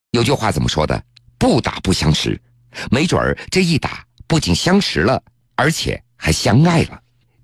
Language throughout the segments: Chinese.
有句话怎么说的？不打不相识，没准儿这一打不仅相识了，而且还相爱了。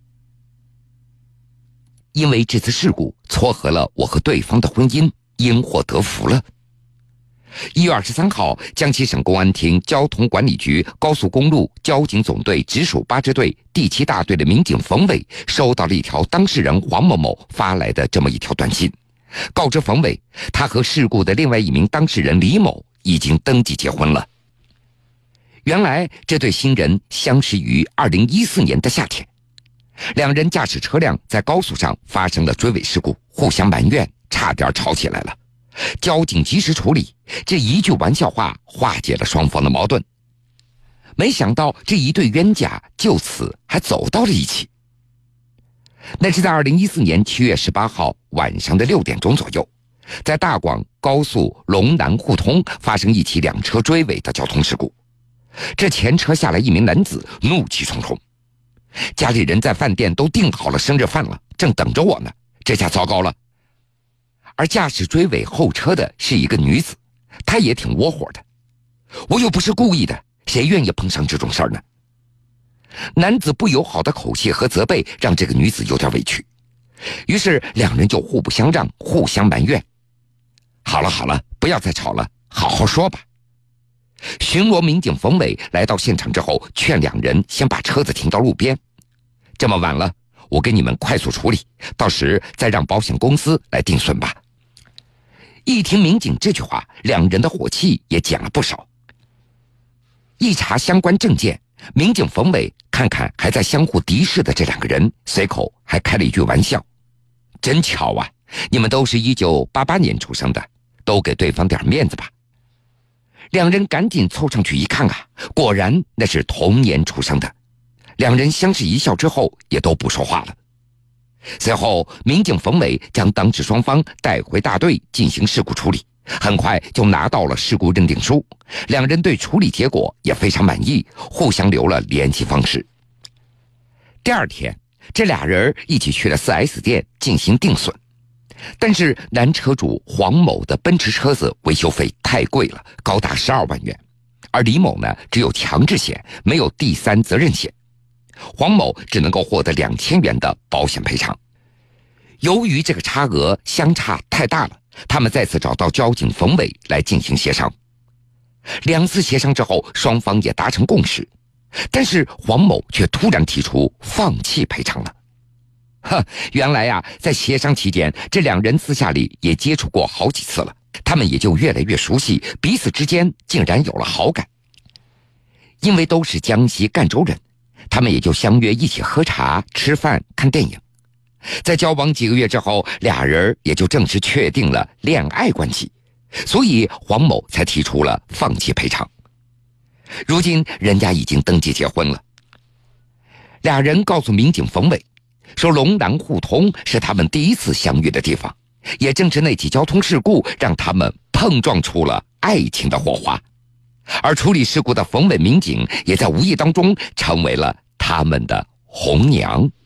因为这次事故撮合了我和对方的婚姻，因祸得福了。1月23号，江西省公安厅交通管理局高速公路交警总队直属8支队第7大队的民警冯伟收到了一条当事人黄某某发来的这么一条短信，告知冯伟，他和事故的另外一名当事人李某已经登记结婚了。原来这对新人相识于2014年的夏天，两人驾驶车辆在高速上发生了追尾事故，互相埋怨，差点吵起来了。交警及时处理，这一句玩笑话化解了双方的矛盾。没想到这一对冤家就此还走到了一起。那是在2014年7月18号晚上的6点钟左右，在大广高速龙南互通发生一起两车追尾的交通事故。这前车下来一名男子，怒气冲冲，家里人在饭店都订好了生日饭了，正等着我呢，这下糟糕了。而驾驶追尾后车的是一个女子，她也挺窝火的，我又不是故意的，谁愿意碰上这种事儿呢？男子不友好的口气和责备让这个女子有点委屈，于是两人就互不相让，互相埋怨。好了好了，不要再吵了，好好说吧。巡逻民警冯伟来到现场之后，劝两人先把车子停到路边。这么晚了，我给你们快速处理，到时再让保险公司来定损吧。一听民警这句话，两人的火气也减了不少。一查相关证件，民警冯伟看看还在相互敌视的这两个人，随口还开了一句玩笑：真巧啊，你们都是1988年出生的，都给对方点面子吧。两人赶紧凑上去一看啊，果然那是同年出生的。两人相视一笑之后，也都不说话了。随后，民警冯伟将当事双方带回大队进行事故处理，很快就拿到了事故认定书。两人对处理结果也非常满意，互相留了联系方式。第二天，这俩人一起去了 4S 店进行定损。但是男车主黄某的奔驰车子维修费太贵了，高达12万元，而李某呢只有强制险，没有第三责任险。黄某只能够获得2000元的保险赔偿。由于这个差额相差太大了，他们再次找到交警冯伟来进行协商。2次协商之后，双方也达成共识，但是黄某却突然提出放弃赔偿了。原来呀，在协商期间，这两人私下里也接触过好几次了，他们也就越来越熟悉，彼此之间竟然有了好感。因为都是江西赣州人，他们也就相约一起喝茶、吃饭、看电影。在交往几个月之后，俩人也就正式确定了恋爱关系，所以黄某才提出了放弃赔偿。如今人家已经登记结婚了。俩人告诉民警冯伟说，龙南互通是他们第一次相遇的地方，也正是那起交通事故让他们碰撞出了爱情的火花。而处理事故的冯伟民警也在无意当中成为了他们的红娘。